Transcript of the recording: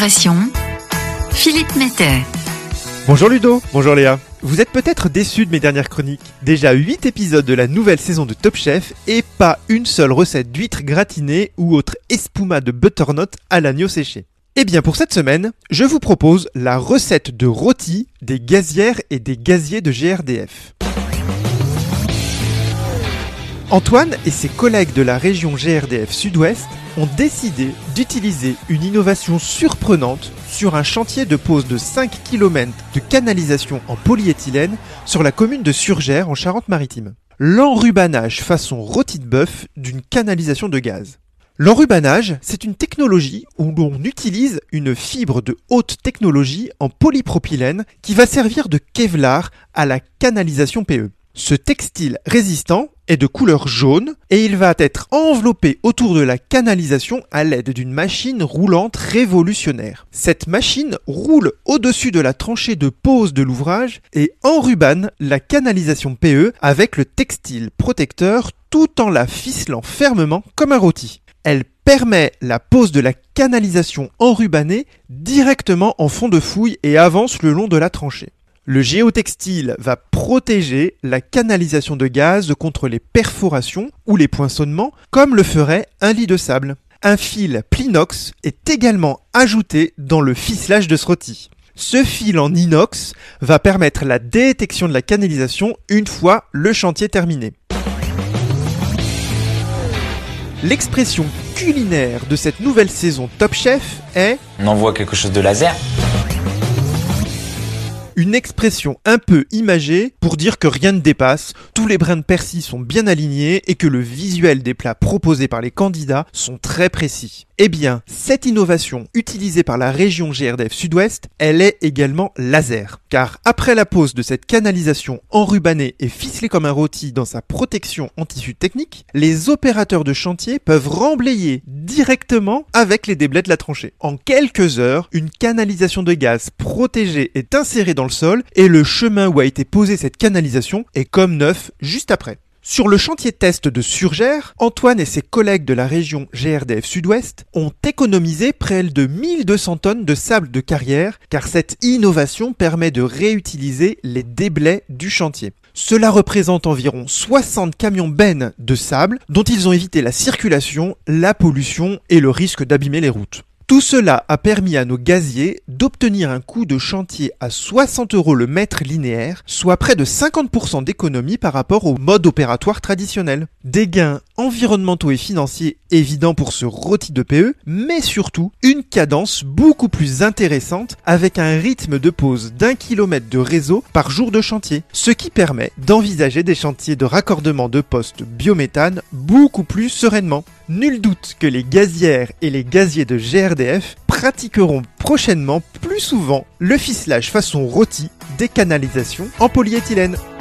Innovation, Philippe Mettet. Bonjour Ludo, bonjour Léa. Vous êtes peut-être déçus de mes dernières chroniques. Déjà 8 épisodes de la nouvelle saison de Top Chef et pas une seule recette d'huîtres gratinées ou autre espuma de butternut à l'agneau séché. Eh bien pour cette semaine, je vous propose la recette de rôti des gazières et des gaziers de GRDF. Antoine et ses collègues de la région GRDF Sud-Ouest ont décidé d'utiliser une innovation surprenante sur un chantier de pose de 5 km de canalisation en polyéthylène sur la commune de Surgères en Charente-Maritime. L'enrubanage façon rôti de bœuf d'une canalisation de gaz. L'enrubanage, c'est une technologie où l'on utilise une fibre de haute technologie en polypropylène qui va servir de Kevlar à la canalisation PE. Ce textile résistant est de couleur jaune et il va être enveloppé autour de la canalisation à l'aide d'une machine roulante révolutionnaire. Cette machine roule au-dessus de la tranchée de pose de l'ouvrage et enrubane la canalisation PE avec le textile protecteur tout en la ficelant fermement comme un rôti. Elle permet la pose de la canalisation enrubanée directement en fond de fouille et avance le long de la tranchée. Le géotextile va protéger la canalisation de gaz contre les perforations ou les poinçonnements comme le ferait un lit de sable. Un fil Plinox est également ajouté dans le ficelage de ce rôti. Ce fil en inox va permettre la détection de la canalisation une fois le chantier terminé. L'expression culinaire de cette nouvelle saison Top Chef est « On envoie quelque chose de laser ». Une expression un peu imagée pour dire que rien ne dépasse, tous les brins de persil sont bien alignés et que le visuel des plats proposés par les candidats sont très précis. Eh bien, cette innovation utilisée par la région GRDF Sud-Ouest, elle est également laser. Car après la pose de cette canalisation enrubanée et ficelée comme un rôti dans sa protection en tissu technique, les opérateurs de chantier peuvent remblayer directement avec les déblais de la tranchée. En quelques heures, une canalisation de gaz protégée est insérée dans le sol et le chemin où a été posée cette canalisation est comme neuf juste après. Sur le chantier test de Surgères, Antoine et ses collègues de la région GRDF Sud-Ouest ont économisé près de 1200 tonnes de sable de carrière car cette innovation permet de réutiliser les déblais du chantier. Cela représente environ 60 camions bennes de sable dont ils ont évité la circulation, la pollution et le risque d'abîmer les routes. Tout cela a permis à nos gaziers d'obtenir un coût de chantier à 60 € le mètre linéaire, soit près de 50% d'économie par rapport au mode opératoire traditionnel. Des gains environnementaux et financiers évidents pour ce rôti de PE, mais surtout une cadence beaucoup plus intéressante avec un rythme de pose d'1 km de réseau par jour de chantier, ce qui permet d'envisager des chantiers de raccordement de postes biométhane beaucoup plus sereinement. Nul doute que les gazières et les gaziers de GRDF pratiqueront prochainement plus souvent le ficelage façon rôti des canalisations en polyéthylène.